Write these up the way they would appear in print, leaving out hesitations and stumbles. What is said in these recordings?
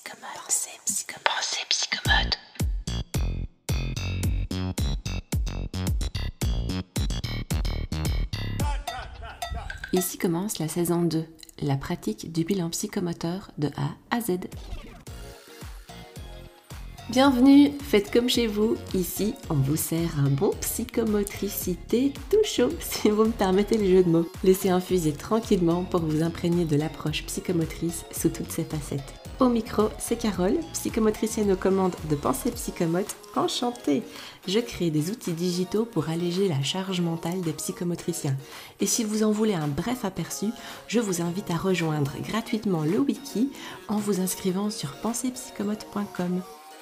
Pensée psychomote. Ici commence la saison 2, la pratique du bilan psychomoteur de A à Z. Bienvenue, faites comme chez vous. Ici, on vous sert un bon psychomotricité tout chaud, si vous me permettez le jeu de mots. Laissez infuser tranquillement pour vous imprégner de l'approche psychomotrice sous toutes ses facettes. Au micro, c'est Carole, psychomotricienne aux commandes de Pensée Psychomote. Enchantée! Je crée des outils digitaux pour alléger la charge mentale des psychomotriciens. Et si vous en voulez un bref aperçu, je vous invite à rejoindre gratuitement le wiki en vous inscrivant sur penseepsychomote.com.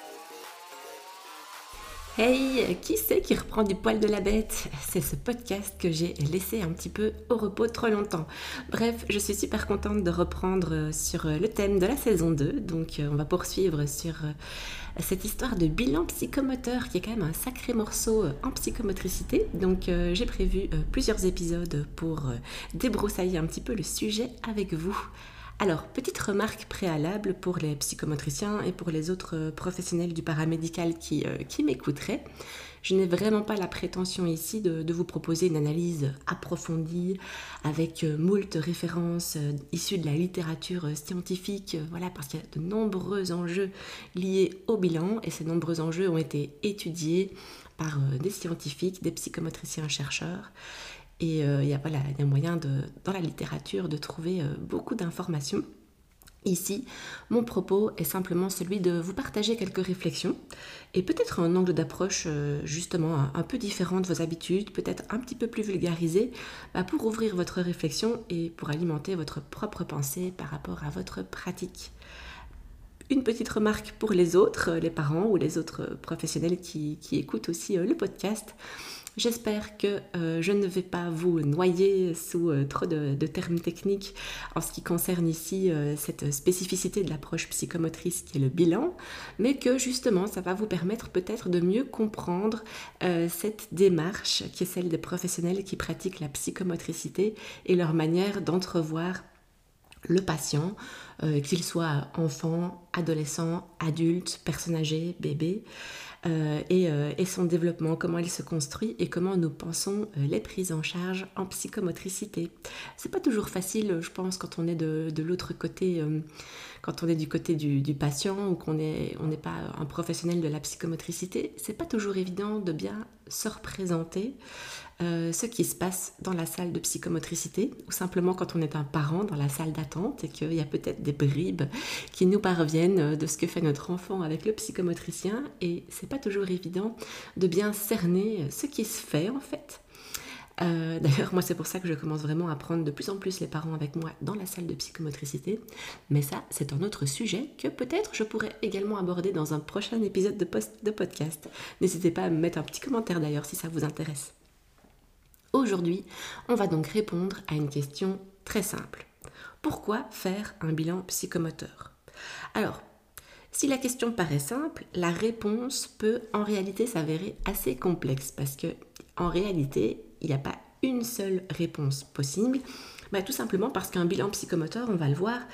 Hey, qui c'est qui reprend du poil de la bête? C'est ce podcast que j'ai laissé un petit peu au repos trop longtemps. Bref, je suis super contente de reprendre sur le thème de la saison 2. Donc on va poursuivre sur cette histoire de bilan psychomoteur qui est quand même un sacré morceau en psychomotricité. Donc j'ai prévu plusieurs épisodes pour débroussailler un petit peu le sujet avec vous. Alors, petite remarque préalable pour les psychomotriciens et pour les autres professionnels du paramédical qui m'écouteraient. Je n'ai vraiment pas la prétention ici de vous proposer une analyse approfondie avec moult références issues de la littérature scientifique, voilà, parce qu'il y a de nombreux enjeux liés au bilan et ces nombreux enjeux ont été étudiés par des scientifiques, des psychomotriciens chercheurs. Et il y a moyen dans la littérature de trouver beaucoup d'informations. Ici, mon propos est simplement celui de vous partager quelques réflexions et peut-être un angle d'approche justement un peu différent de vos habitudes, peut-être un petit peu plus vulgarisé, pour ouvrir votre réflexion et pour alimenter votre propre pensée par rapport à votre pratique. Une petite remarque pour les autres, les parents ou les autres professionnels qui écoutent aussi le podcast. J'espère que je ne vais pas vous noyer sous trop de termes techniques en ce qui concerne ici cette spécificité de l'approche psychomotrice qui est le bilan, mais que justement ça va vous permettre peut-être de mieux comprendre cette démarche qui est celle des professionnels qui pratiquent la psychomotricité et leur manière d'entrevoir le patient, qu'il soit enfant, adolescent, adulte, personne âgée, bébé, et son développement, comment il se construit et comment nous pensons les prises en charge en psychomotricité. C'est pas toujours facile, je pense, quand on est de l'autre côté, quand on est du côté du patient ou qu'on n'est pas un professionnel de la psychomotricité, c'est pas toujours évident de bien se représenter ce qui se passe dans la salle de psychomotricité ou simplement quand on est un parent dans la salle d'attente et qu'il y a peut-être des bribes qui nous parviennent de ce que fait notre enfant avec le psychomotricien et c'est pas toujours évident de bien cerner ce qui se fait en fait. D'ailleurs, moi, c'est pour ça que je commence vraiment à prendre de plus en plus les parents avec moi dans la salle de psychomotricité. Mais ça, c'est un autre sujet que peut-être je pourrais également aborder dans un prochain épisode de podcast. N'hésitez pas à me mettre un petit commentaire d'ailleurs si ça vous intéresse. Aujourd'hui, on va donc répondre à une question très simple. Pourquoi faire un bilan psychomoteur ? Alors, si la question paraît simple, la réponse peut en réalité s'avérer assez complexe parce que en réalité, il n'y a pas une seule réponse possible, tout simplement parce qu'un bilan psychomoteur, on va le voir,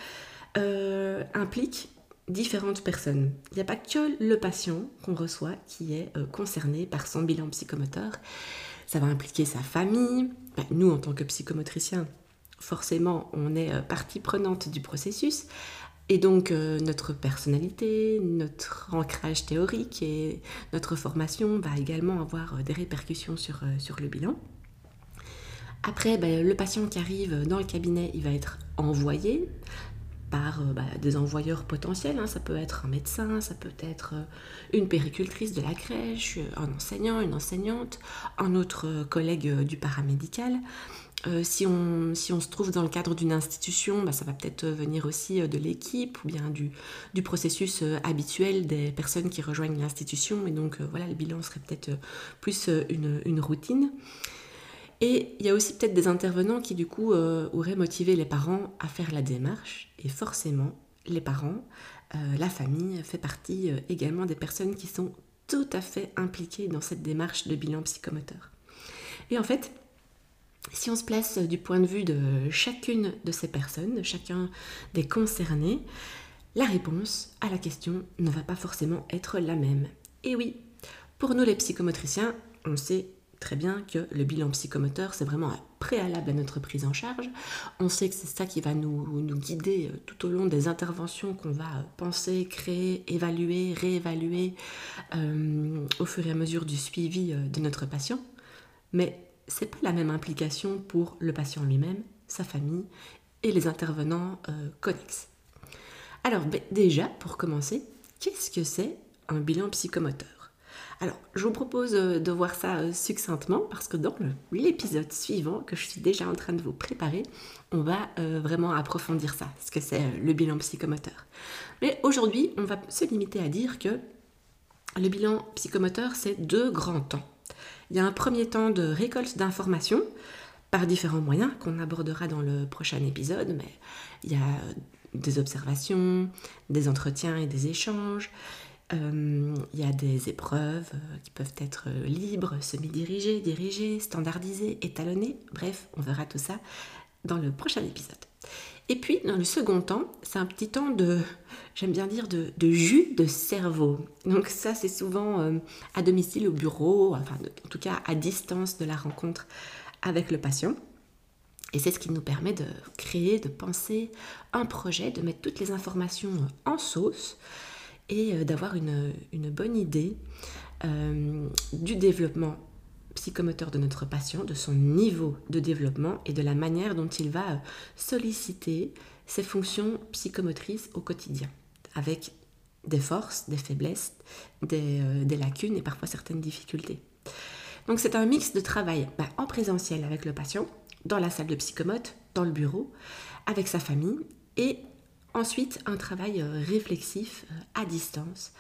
implique différentes personnes. Il n'y a pas que le patient qu'on reçoit qui est concerné par son bilan psychomoteur. Ça va impliquer sa famille. Nous, en tant que psychomotriciens, forcément, on est partie prenante du processus. Et donc, notre personnalité, notre ancrage théorique et notre formation va également avoir des répercussions sur le bilan. Après, le patient qui arrive dans le cabinet, il va être envoyé par des envoyeurs potentiels. Ça peut être un médecin, ça peut être une puéricultrice de la crèche, un enseignant, une enseignante, un autre collègue du paramédical. Si on se trouve dans le cadre d'une institution, ça va peut-être venir aussi de l'équipe ou bien du processus habituel des personnes qui rejoignent l'institution. Et donc le bilan serait peut-être plus une routine. Et il y a aussi peut-être des intervenants qui du coup auraient motivé les parents à faire la démarche. Et forcément, les parents, la famille fait partie également des personnes qui sont tout à fait impliquées dans cette démarche de bilan psychomoteur. Et en fait, si on se place du point de vue de chacune de ces personnes, de chacun des concernés, La réponse à la question ne va pas forcément être la même. Et oui, pour nous les psychomotriciens, on sait très bien que le bilan psychomoteur, c'est vraiment un préalable à notre prise en charge. On sait que c'est ça qui va nous guider tout au long des interventions qu'on va penser, créer, évaluer, réévaluer au fur et à mesure du suivi de notre patient. Mais ce n'est pas la même implication pour le patient lui-même, sa famille et les intervenants connexes. Alors déjà, pour commencer, qu'est-ce que c'est un bilan psychomoteur? Alors, je vous propose de voir ça succinctement parce que dans l'épisode suivant que je suis déjà en train de vous préparer, on va vraiment approfondir ça, ce que c'est le bilan psychomoteur. Mais aujourd'hui, on va se limiter à dire que le bilan psychomoteur, c'est 2 grands temps. Il y a un premier temps de récolte d'informations par différents moyens qu'on abordera dans le prochain épisode, mais il y a des observations, des entretiens et des échanges. Il y a des épreuves qui peuvent être libres, semi-dirigées, dirigées, standardisées, étalonnées. Bref, on verra tout ça dans le prochain épisode. Et puis, dans le second temps, c'est un petit temps de, j'aime bien dire, de jus de cerveau. Donc ça, c'est souvent à domicile, au bureau, enfin, en tout cas à distance de la rencontre avec le patient. Et c'est ce qui nous permet de créer, de penser un projet, de mettre toutes les informations en sauce et d'avoir une bonne idée du développement psychomoteur de notre patient, de son niveau de développement et de la manière dont il va solliciter ses fonctions psychomotrices au quotidien, avec des forces, des faiblesses, des lacunes et parfois certaines difficultés. Donc c'est un mix de travail en présentiel avec le patient, dans la salle de psychomote, dans le bureau, avec sa famille, et ensuite un travail réflexif à distance.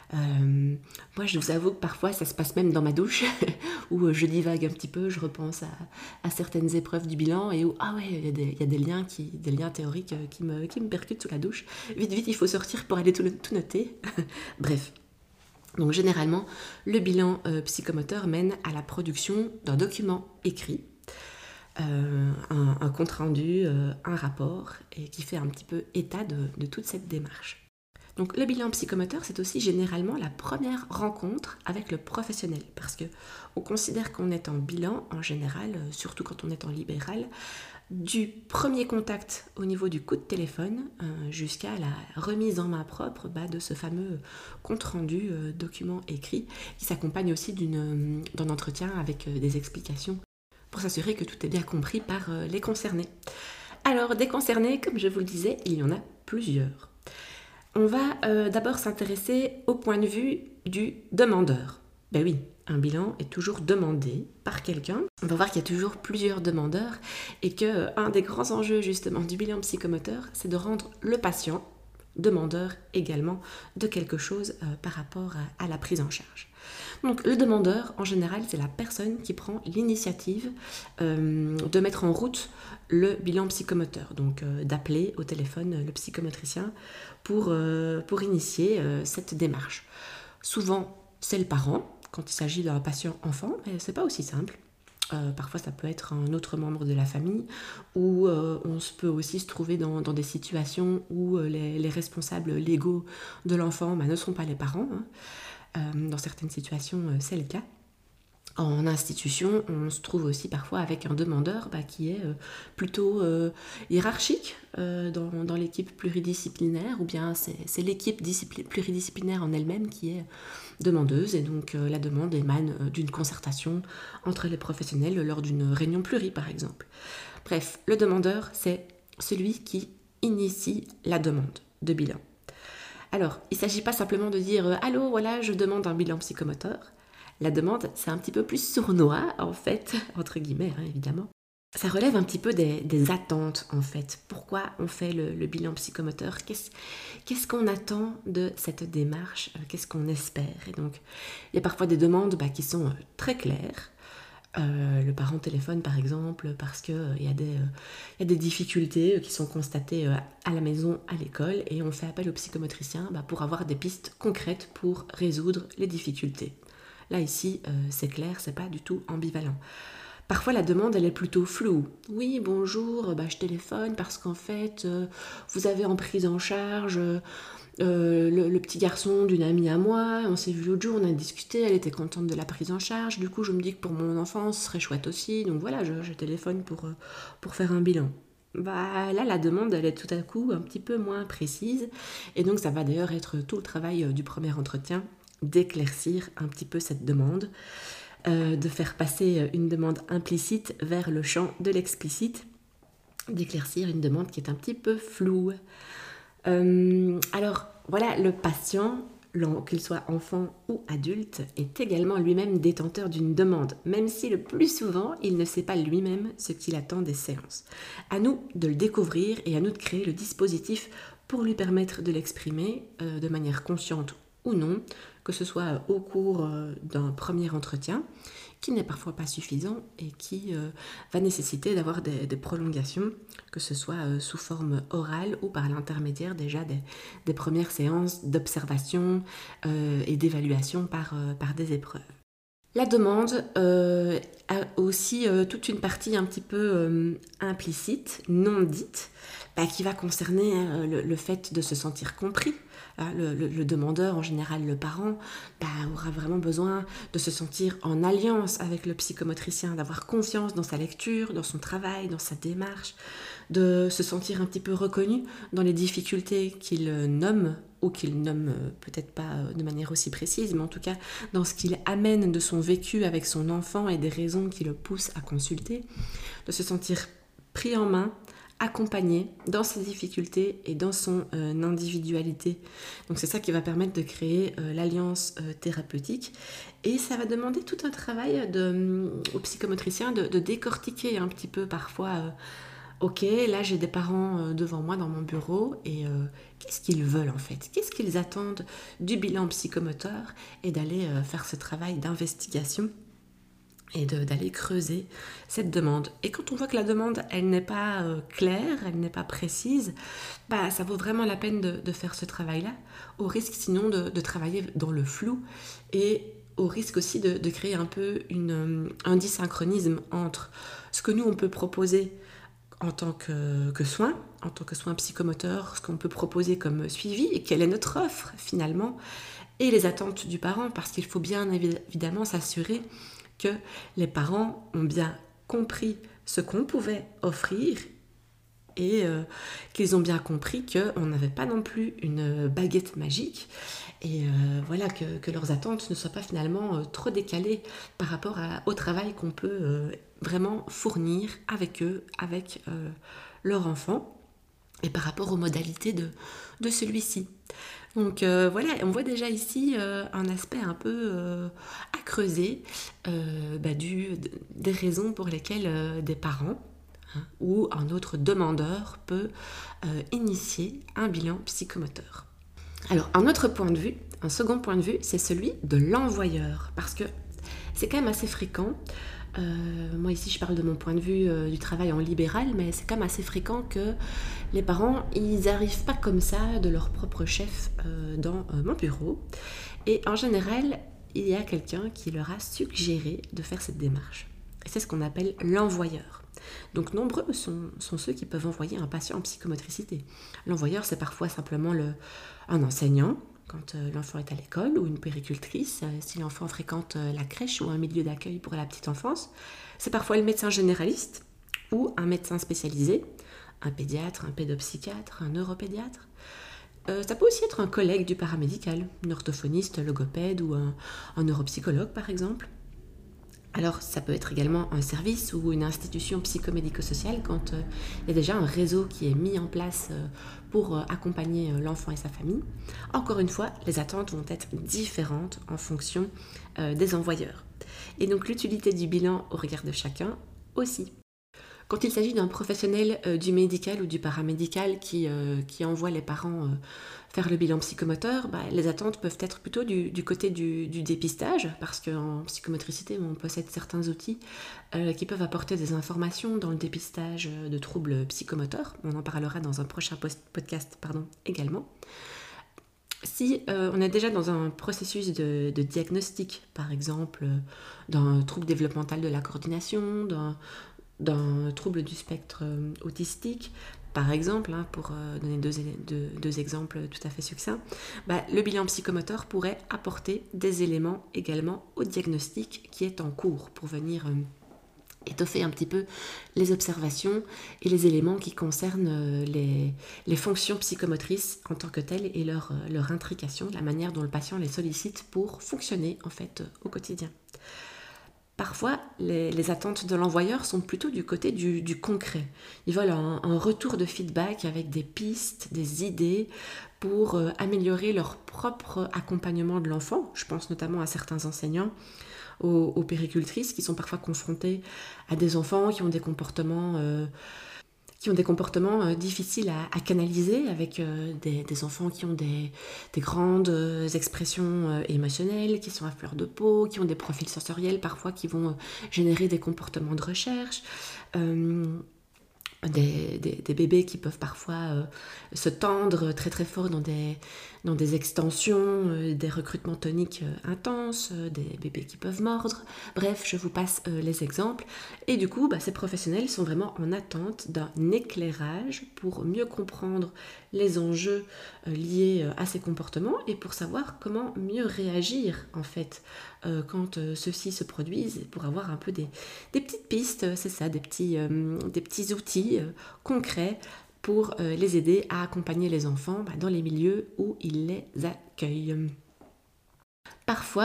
Moi, je vous avoue que parfois, ça se passe même dans ma douche, où je divague un petit peu, je repense à certaines épreuves du bilan, et où, ah ouais, il y a des liens théoriques qui me percutent sous la douche. Vite, il faut sortir pour aller tout noter. Bref. Donc généralement, le bilan psychomoteur mène à la production d'un document écrit, un compte-rendu, un rapport, et qui fait un petit peu état de toute cette démarche. Donc le bilan psychomoteur, c'est aussi généralement la première rencontre avec le professionnel, parce qu'on considère qu'on est en bilan, en général, surtout quand on est en libéral, du premier contact au niveau du coup de téléphone jusqu'à la remise en main propre de ce fameux compte-rendu document écrit, qui s'accompagne aussi d'un entretien avec des explications pour s'assurer que tout est bien compris par les concernés. Alors, des concernés, comme je vous le disais, il y en a plusieurs. On va d'abord s'intéresser au point de vue du demandeur. Ben oui, un bilan est toujours demandé par quelqu'un. On va voir qu'il y a toujours plusieurs demandeurs et qu'un des grands enjeux justement du bilan psychomoteur, c'est de rendre le patient demandeur également de quelque chose par rapport à la prise en charge. Donc le demandeur, en général, c'est la personne qui prend l'initiative de mettre en route le bilan psychomoteur, donc d'appeler au téléphone le psychomotricien pour initier cette démarche. Souvent, c'est le parent, quand il s'agit d'un patient enfant, mais c'est pas aussi simple. Parfois, ça peut être un autre membre de la famille, ou on peut aussi se trouver dans des situations où les responsables légaux de l'enfant ne sont pas les parents. Dans certaines situations, c'est le cas. En institution, on se trouve aussi parfois avec un demandeur qui est plutôt hiérarchique dans l'équipe pluridisciplinaire, ou bien c'est l'équipe pluridisciplinaire en elle-même qui est demandeuse, et donc la demande émane d'une concertation entre les professionnels lors d'une réunion pluri, par exemple. Bref, le demandeur, c'est celui qui initie la demande de bilan. Alors, il ne s'agit pas simplement de dire « Allô, voilà, je demande un bilan psychomoteur ». La demande, c'est un petit peu plus sournois, en fait, entre guillemets, évidemment. Ça relève un petit peu des attentes, en fait. Pourquoi on fait le bilan psychomoteur? Qu'est-ce qu'on attend de cette démarche? Qu'est-ce qu'on espère? Et donc, il y a parfois des demandes qui sont très claires. Le parent téléphone, par exemple, parce qu'il y a des difficultés qui sont constatées à la maison, à l'école, et on fait appel au psychomotricien pour avoir des pistes concrètes pour résoudre les difficultés. Là, ici, c'est clair, c'est pas du tout ambivalent. Parfois, la demande, elle est plutôt floue. Oui, bonjour, je téléphone parce qu'en fait, vous avez en prise en charge le petit garçon d'une amie à moi. On s'est vu l'autre jour, on a discuté, elle était contente de la prise en charge. Du coup, je me dis que pour mon enfant, ce serait chouette aussi. Donc voilà, je téléphone pour faire un bilan. Là, la demande, elle est tout à coup un petit peu moins précise. Et donc, ça va d'ailleurs être tout le travail du premier entretien d'éclaircir un petit peu cette demande, de faire passer une demande implicite vers le champ de l'explicite, d'éclaircir une demande qui est un petit peu floue. Alors, voilà, le patient, qu'il soit enfant ou adulte, est également lui-même détenteur d'une demande, même si le plus souvent, il ne sait pas lui-même ce qu'il attend des séances. À nous de le découvrir et à nous de créer le dispositif pour lui permettre de l'exprimer de manière consciente ou non, que ce soit au cours d'un premier entretien, qui n'est parfois pas suffisant et qui va nécessiter d'avoir des prolongations, que ce soit sous forme orale ou par l'intermédiaire déjà des premières séances d'observation et d'évaluation par des épreuves. La demande a aussi toute une partie un petit peu implicite, non dite, qui va concerner le fait de se sentir compris. Le demandeur, en général le parent, aura vraiment besoin de se sentir en alliance avec le psychomotricien, d'avoir confiance dans sa lecture, dans son travail, dans sa démarche, de se sentir un petit peu reconnu dans les difficultés qu'il nomme, ou qu'il nomme peut-être pas de manière aussi précise, mais en tout cas dans ce qu'il amène de son vécu avec son enfant et des raisons qui le poussent à consulter, de se sentir pris en main, accompagné dans ses difficultés et dans son individualité. Donc c'est ça qui va permettre de créer l'alliance thérapeutique, et ça va demander tout un travail au psychomotricien de décortiquer un petit peu parfois ok, là j'ai des parents devant moi dans mon bureau et qu'est-ce qu'ils veulent en fait? Qu'est-ce qu'ils attendent du bilan psychomoteur? Et d'aller faire ce travail d'investigation et d'aller creuser cette demande. Et quand on voit que la demande, elle n'est pas claire, elle n'est pas précise, ça vaut vraiment la peine de faire ce travail-là, au risque sinon de travailler dans le flou et au risque aussi de créer un peu un dysynchronisme entre ce que nous on peut proposer en tant que soin, en tant que soin psychomoteur, ce qu'on peut proposer comme suivi et quelle est notre offre finalement, et les attentes du parent, parce qu'il faut bien évidemment s'assurer que les parents ont bien compris ce qu'on pouvait offrir et qu'ils ont bien compris qu'on n'avait pas non plus une baguette magique et voilà que leurs attentes ne soient pas finalement trop décalées par rapport au travail qu'on peut vraiment fournir avec eux, avec leur enfant et par rapport aux modalités de celui-ci. Donc voilà, on voit déjà ici un aspect un peu à creuser des raisons pour lesquelles des parents ou un autre demandeur peut initier un bilan psychomoteur. Alors un autre point de vue, un second point de vue, c'est celui de l'envoyeur, parce que c'est quand même assez fréquent. Moi ici je parle de mon point de vue du travail en libéral, mais c'est quand même assez fréquent que les parents, ils n'arrivent pas comme ça de leur propre chef dans mon bureau, et en général il y a quelqu'un qui leur a suggéré de faire cette démarche, et c'est ce qu'on appelle l'envoyeur. Donc nombreux sont ceux qui peuvent envoyer un patient en psychomotricité. L'envoyeur, c'est parfois simplement un enseignant quand l'enfant est à l'école, ou une puéricultrice si l'enfant fréquente la crèche ou un milieu d'accueil pour la petite enfance. C'est parfois le médecin généraliste ou un médecin spécialisé, un pédiatre, un pédopsychiatre, un neuropédiatre. Ça peut aussi être un collègue du paramédical, un orthophoniste, logopède ou un neuropsychologue par exemple. Alors ça peut être également un service ou une institution psychomédico-sociale quand il y a déjà un réseau qui est mis en place pour accompagner l'enfant et sa famille. Encore une fois, les attentes vont être différentes en fonction des envoyeurs. Et donc l'utilité du bilan au regard de chacun aussi. Quand il s'agit d'un professionnel du médical ou du paramédical qui envoie les parents faire le bilan psychomoteur, les attentes peuvent être plutôt du côté du dépistage, parce qu'en psychomotricité, on possède certains outils qui peuvent apporter des informations dans le dépistage de troubles psychomoteurs. On en parlera dans un prochain podcast également. Si on est déjà dans un processus de diagnostic, par exemple, d'un trouble développemental de la coordination, d'un trouble du spectre autistique, par exemple, hein, pour donner deux exemples tout à fait succincts, le bilan psychomoteur pourrait apporter des éléments également au diagnostic qui est en cours pour venir étoffer un petit peu les observations et les éléments qui concernent les fonctions psychomotrices en tant que telles et leur intrication, la manière dont le patient les sollicite pour fonctionner en fait au quotidien. Parfois, les attentes de l'envoyeur sont plutôt du côté du concret. Ils veulent un retour de feedback avec des pistes, des idées pour améliorer leur propre accompagnement de l'enfant. Je pense notamment à certains enseignants, aux péricultrices qui sont parfois confrontées à des enfants qui ont des comportements difficiles à canaliser, avec des enfants qui ont des grandes expressions émotionnelles, qui sont à fleur de peau, qui ont des profils sensoriels parfois qui vont générer des comportements de recherche, des bébés qui peuvent parfois se tendre très très fort dans des extensions, des recrutements toniques intenses, des bébés qui peuvent mordre. Bref, je vous passe les exemples. Et du coup, ces professionnels sont vraiment en attente d'un éclairage pour mieux comprendre les enjeux liés à ces comportements et pour savoir comment mieux réagir en fait quand ceux-ci se produisent, pour avoir un peu des petites pistes, c'est ça, des petits outils concrets pour les aider à accompagner les enfants dans les milieux où ils les accueillent. Parfois,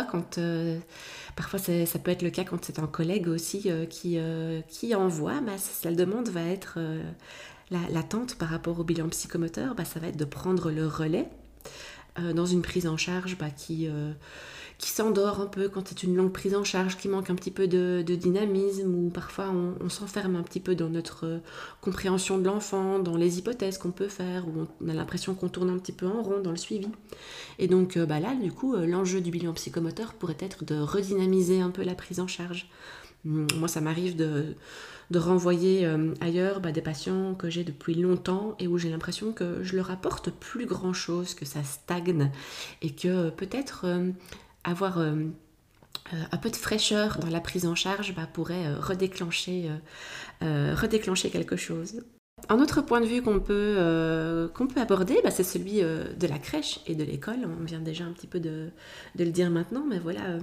ça peut être le cas quand c'est un collègue aussi qui envoie, sa demande va être l'attente par rapport au bilan psychomoteur, ça va être de prendre le relais dans une prise en charge qui s'endort un peu quand c'est une longue prise en charge, qui manque un petit peu de dynamisme, ou parfois on s'enferme un petit peu dans notre compréhension de l'enfant, dans les hypothèses qu'on peut faire, où on a l'impression qu'on tourne un petit peu en rond dans le suivi. Et donc là, du coup, l'enjeu du bilan psychomoteur pourrait être de redynamiser un peu la prise en charge. Moi, ça m'arrive de renvoyer ailleurs des patients que j'ai depuis longtemps et où j'ai l'impression que je leur apporte plus grand-chose, que ça stagne et que peut-être avoir un peu de fraîcheur dans la prise en charge pourrait redéclencher quelque chose. Un autre point de vue qu'on peut aborder, c'est celui de la crèche et de l'école. On vient déjà un petit peu de le dire maintenant, mais voilà,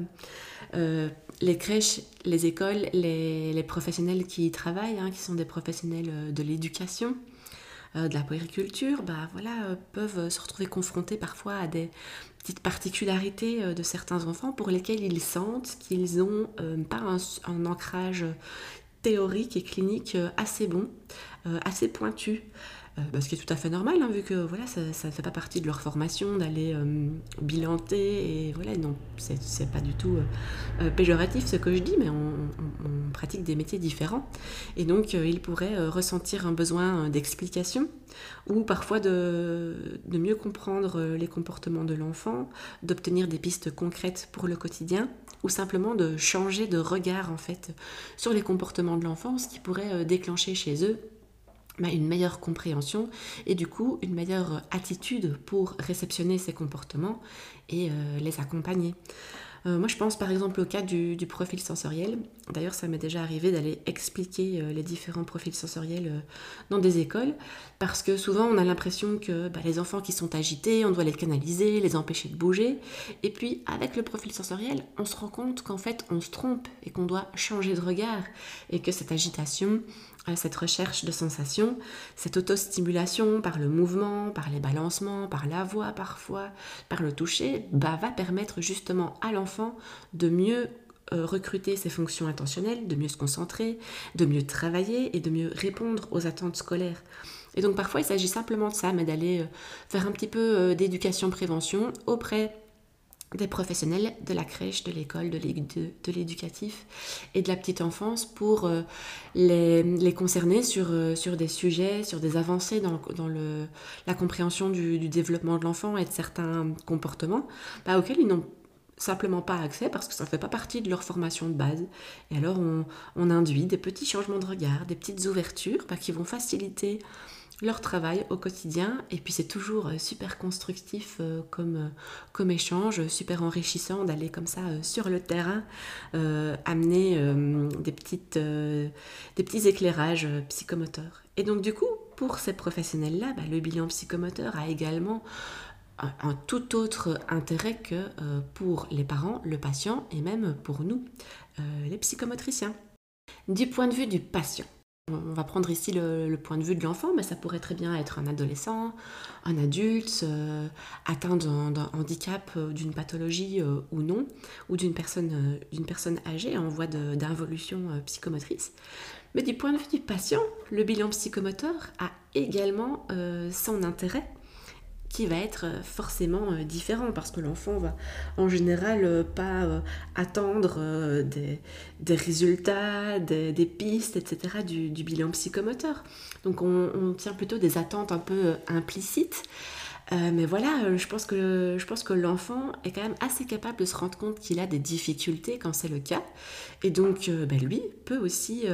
les crèches, les écoles, les professionnels qui y travaillent, qui sont des professionnels de l'éducation, de la puériculture, peuvent se retrouver confrontés parfois à des petites particularités de certains enfants pour lesquels ils sentent qu'ils n'ont pas un ancrage théorique et clinique assez bon, assez pointu. Ce qui est tout à fait normal, vu que ça ne fait pas partie de leur formation d'aller bilanter, et voilà, non, c'est pas du tout péjoratif ce que je dis, mais on pratique des métiers différents, et donc ils pourraient ressentir un besoin d'explication, ou parfois de mieux comprendre les comportements de l'enfant, d'obtenir des pistes concrètes pour le quotidien, ou simplement de changer de regard en fait sur les comportements de l'enfant, ce qui pourrait déclencher chez eux une meilleure compréhension et du coup une meilleure attitude pour réceptionner ces comportements et les accompagner. Moi je pense par exemple au cas du profil sensoriel. D'ailleurs ça m'est déjà arrivé d'aller expliquer les différents profils sensoriels dans des écoles, parce que souvent on a l'impression que les enfants qui sont agités, on doit les canaliser, les empêcher de bouger, et puis avec le profil sensoriel on se rend compte qu'en fait on se trompe et qu'on doit changer de regard, et que cette agitation, cette recherche de sensations, cette autostimulation par le mouvement, par les balancements, par la voix parfois, par le toucher, va permettre justement à l'enfant de mieux recruter ses fonctions intentionnelles, de mieux se concentrer, de mieux travailler et de mieux répondre aux attentes scolaires. Et donc parfois il s'agit simplement de ça, mais d'aller faire un petit peu d'éducation-prévention auprès des professionnels de la crèche, de l'école, de l'éducatif et de la petite enfance, pour les concerner sur des sujets, sur des avancées dans la compréhension du développement de l'enfant et de certains comportements auxquels ils n'ont simplement pas accès parce que ça ne fait pas partie de leur formation de base. Et alors on induit des petits changements de regard, des petites ouvertures qui vont faciliter leur travail au quotidien. Et puis c'est toujours super constructif comme échange, super enrichissant d'aller comme ça sur le terrain, amener des petits éclairages psychomoteurs. Et donc du coup, pour ces professionnels-là, le bilan psychomoteur a également un tout autre intérêt que pour les parents, le patient et même pour nous, les psychomotriciens. Du point de vue du patient, on va prendre ici le point de vue de l'enfant, mais ça pourrait très bien être un adolescent, un adulte, atteint d'un handicap, d'une pathologie ou non, ou d'une personne âgée en voie d'involution psychomotrice. Mais du point de vue du patient, le bilan psychomoteur a également son intérêt, qui va être forcément différent, parce que l'enfant va en général pas attendre des résultats, des pistes, etc. du bilan psychomoteur. Donc on tient plutôt des attentes un peu implicites. Mais voilà, je pense que l'enfant est quand même assez capable de se rendre compte qu'il a des difficultés quand c'est le cas. Et donc lui peut aussi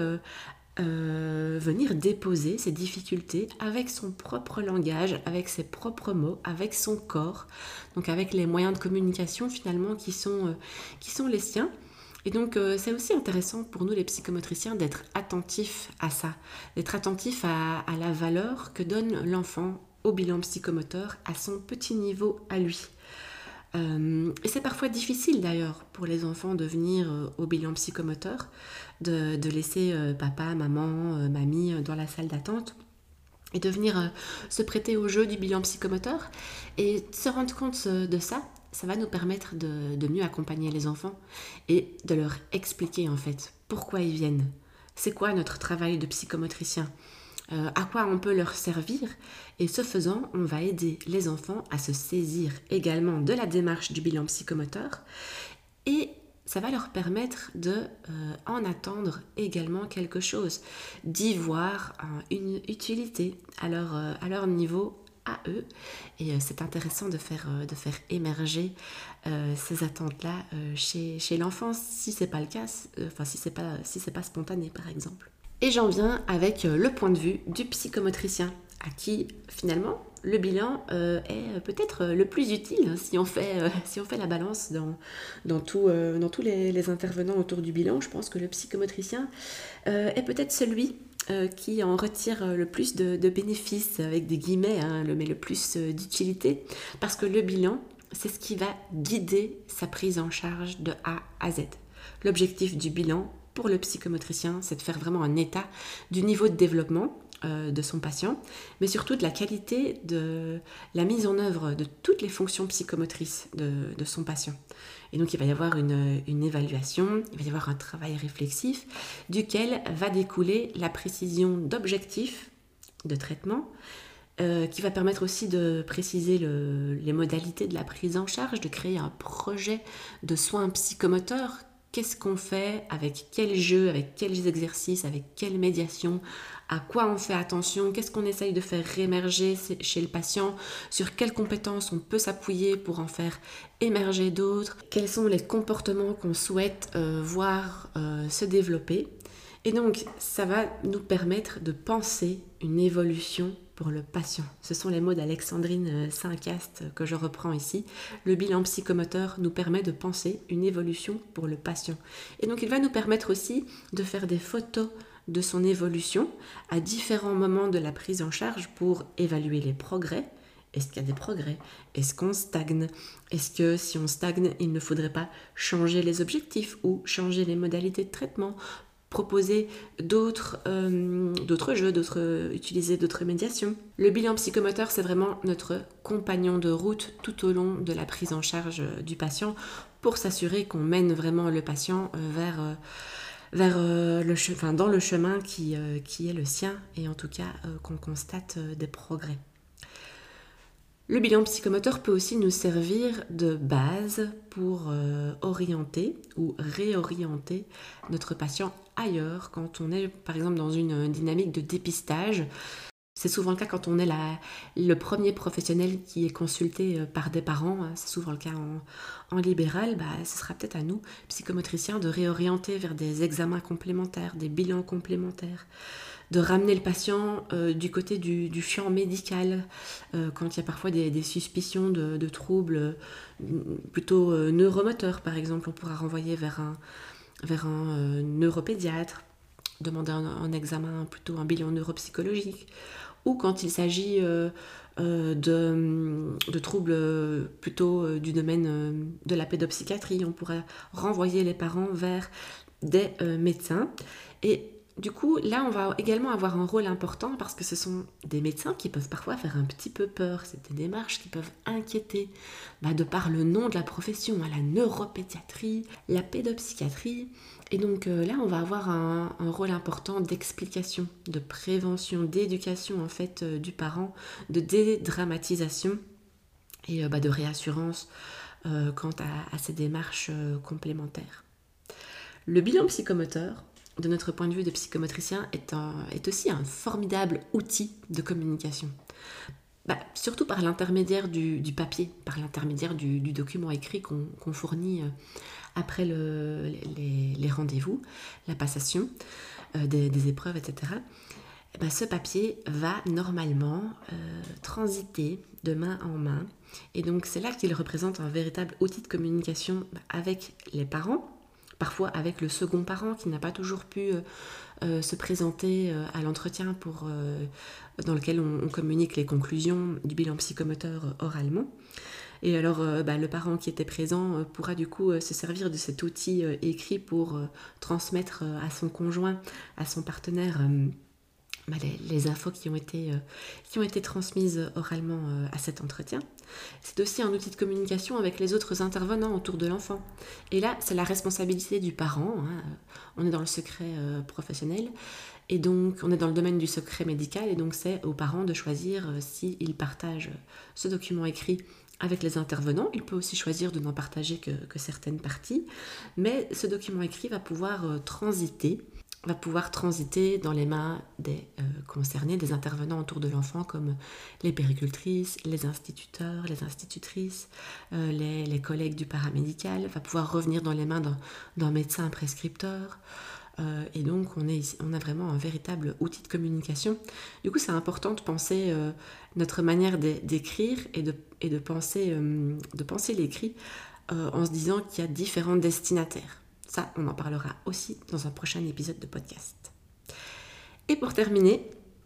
venir déposer ses difficultés avec son propre langage, avec ses propres mots, avec son corps, donc avec les moyens de communication finalement qui sont les siens. Et donc c'est aussi intéressant pour nous les psychomotriciens d'être attentifs à ça, d'être attentifs à la valeur que donne l'enfant au bilan psychomoteur à son petit niveau à lui. Et c'est parfois difficile d'ailleurs pour les enfants de venir au bilan psychomoteur, de laisser papa, maman, mamie dans la salle d'attente et de venir se prêter au jeu du bilan psychomoteur. Et se rendre compte de ça, ça va nous permettre de mieux accompagner les enfants et de leur expliquer en fait pourquoi ils viennent. C'est quoi notre travail de psychomotricien ? À quoi on peut leur servir, et ce faisant, on va aider les enfants à se saisir également de la démarche du bilan psychomoteur, et ça va leur permettre de en attendre également quelque chose, d'y voir une utilité à leur niveau à eux, et c'est intéressant de faire émerger ces attentes-là chez l'enfant, si c'est pas le cas, si c'est pas spontané par exemple. Et j'en viens avec le point de vue du psychomotricien, à qui finalement le bilan est peut-être le plus utile si on fait la balance dans tous les intervenants autour du bilan. Je pense que le psychomotricien est peut-être celui qui en retire le plus de bénéfices, avec des guillemets, mais le plus d'utilité, parce que le bilan, c'est ce qui va guider sa prise en charge de A à Z. L'objectif du bilan, pour le psychomotricien, c'est de faire vraiment un état du niveau de développement de son patient, mais surtout de la qualité de la mise en œuvre de toutes les fonctions psychomotrices de son patient. Et donc il va y avoir une évaluation, il va y avoir un travail réflexif, duquel va découler la précision d'objectifs de traitement, qui va permettre aussi de préciser les modalités de la prise en charge, de créer un projet de soins psychomoteurs. Qu'est-ce qu'on fait, avec quel jeu, avec quels exercices, avec quelle médiation, à quoi on fait attention, qu'est-ce qu'on essaye de faire émerger chez le patient, sur quelles compétences on peut s'appuyer pour en faire émerger d'autres, quels sont les comportements qu'on souhaite voir se développer. Et donc, ça va nous permettre de penser une évolution pour le patient. Ce sont les mots d'Alexandrine Saint-Cast que je reprends ici. Le bilan psychomoteur nous permet de penser une évolution pour le patient. Et donc, il va nous permettre aussi de faire des photos de son évolution à différents moments de la prise en charge pour évaluer les progrès. Est-ce qu'il y a des progrès? Est-ce qu'on stagne? Est-ce que si on stagne, il ne faudrait pas changer les objectifs ou changer les modalités de traitement, proposer d'autres jeux, utiliser d'autres médiations? Le bilan psychomoteur, c'est vraiment notre compagnon de route tout au long de la prise en charge du patient pour s'assurer qu'on mène vraiment le patient dans le chemin qui est le sien, et en tout cas qu'on constate des progrès. Le bilan psychomoteur peut aussi nous servir de base pour orienter ou réorienter notre patient ailleurs quand on est par exemple dans une dynamique de dépistage. C'est souvent le cas quand on est le premier professionnel qui est consulté par des parents. C'est souvent le cas en libéral. Ce sera peut-être à nous, psychomotriciens, de réorienter vers des examens complémentaires, des bilans complémentaires, de ramener le patient du côté du champ médical, quand il y a parfois des suspicions de troubles plutôt neuromoteurs, par exemple. On pourra renvoyer vers un neuropédiatre, demander un examen, plutôt un bilan neuropsychologique, ou quand il s'agit de troubles plutôt du domaine de la pédopsychiatrie, on pourrait renvoyer les parents vers des médecins. Et du coup, là, on va également avoir un rôle important parce que ce sont des médecins qui peuvent parfois faire un petit peu peur. C'est des démarches qui peuvent inquiéter, de par le nom de la profession, la neuropédiatrie, la pédopsychiatrie. Et donc là, on va avoir un rôle important d'explication, de prévention, d'éducation en fait du parent, de dédramatisation et de réassurance quant à ces démarches complémentaires. Le bilan psychomoteur, de notre point de vue de psychomotricien, est aussi un formidable outil de communication. Surtout par l'intermédiaire du papier, par l'intermédiaire du document écrit qu'on fournit après les rendez-vous, la passation des épreuves, etc. Ce papier va normalement transiter de main en main. Et donc c'est là qu'il représente un véritable outil de communication avec les parents, parfois avec le second parent qui n'a pas toujours pu se présenter à l'entretien dans lequel on communique les conclusions du bilan psychomoteur oralement. Et alors le parent qui était présent pourra du coup se servir de cet outil écrit pour transmettre à son conjoint, à son partenaire, les infos qui ont été transmises oralement à cet entretien. C'est aussi un outil de communication avec les autres intervenants autour de l'enfant. Et là, c'est la responsabilité du parent. On est dans le secret professionnel, et donc on est dans le domaine du secret médical, et donc c'est aux parents de choisir s'ils partagent ce document écrit avec les intervenants. Il peut aussi choisir de n'en partager que certaines parties, mais ce document écrit va pouvoir transiter dans les mains des concernés, des intervenants autour de l'enfant, comme les puéricultrices, les instituteurs, les institutrices, les collègues du paramédical, va pouvoir revenir dans les mains d'un médecin prescripteur. Et donc on a vraiment un véritable outil de communication. Du coup, c'est important de penser notre manière d'écrire et de penser l'écrit en se disant qu'il y a différents destinataires. Ça, on en parlera aussi dans un prochain épisode de podcast. Et pour terminer,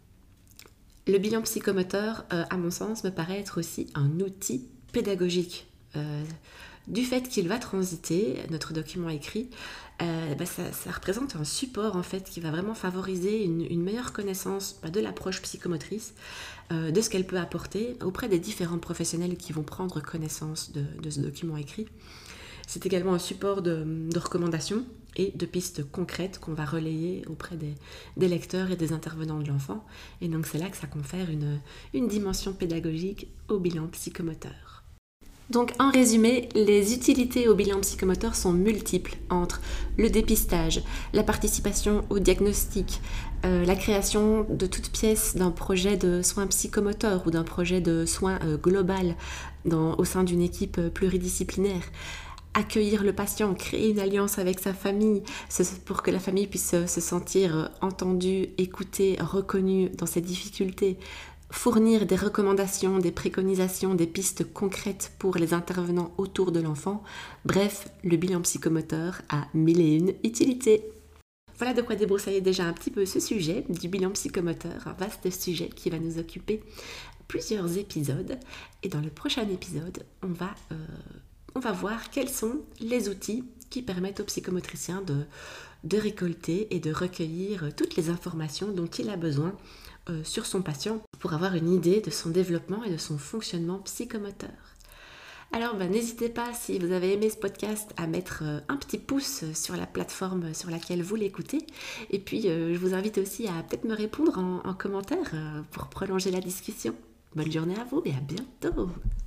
le bilan psychomoteur, à mon sens, me paraît être aussi un outil pédagogique. Du fait qu'il va transiter, notre document écrit, ça représente un support en fait qui va vraiment favoriser une meilleure connaissance de l'approche psychomotrice, de ce qu'elle peut apporter auprès des différents professionnels qui vont prendre connaissance de ce document écrit. C'est également un support de recommandations et de pistes concrètes qu'on va relayer auprès des lecteurs et des intervenants de l'enfant. Et donc c'est là que ça confère une dimension pédagogique au bilan psychomoteur. Donc en résumé, les utilités au bilan psychomoteur sont multiples entre le dépistage, la participation au diagnostic, la création de toute pièce d'un projet de soins psychomoteurs ou d'un projet de soins global au sein d'une équipe pluridisciplinaire, accueillir le patient, créer une alliance avec sa famille pour que la famille puisse se sentir entendue, écoutée, reconnue dans ses difficultés, fournir des recommandations, des préconisations, des pistes concrètes pour les intervenants autour de l'enfant. Bref, le bilan psychomoteur a 1001 utilités. Voilà de quoi débroussailler déjà un petit peu ce sujet du bilan psychomoteur, un vaste sujet qui va nous occuper plusieurs épisodes. Et dans le prochain épisode, on va voir quels sont les outils qui permettent au psychomotricien de récolter et de recueillir toutes les informations dont il a besoin sur son patient pour avoir une idée de son développement et de son fonctionnement psychomoteur. Alors n'hésitez pas, si vous avez aimé ce podcast, à mettre un petit pouce sur la plateforme sur laquelle vous l'écoutez. Et puis je vous invite aussi à peut-être me répondre en commentaire pour prolonger la discussion. Bonne journée à vous et à bientôt!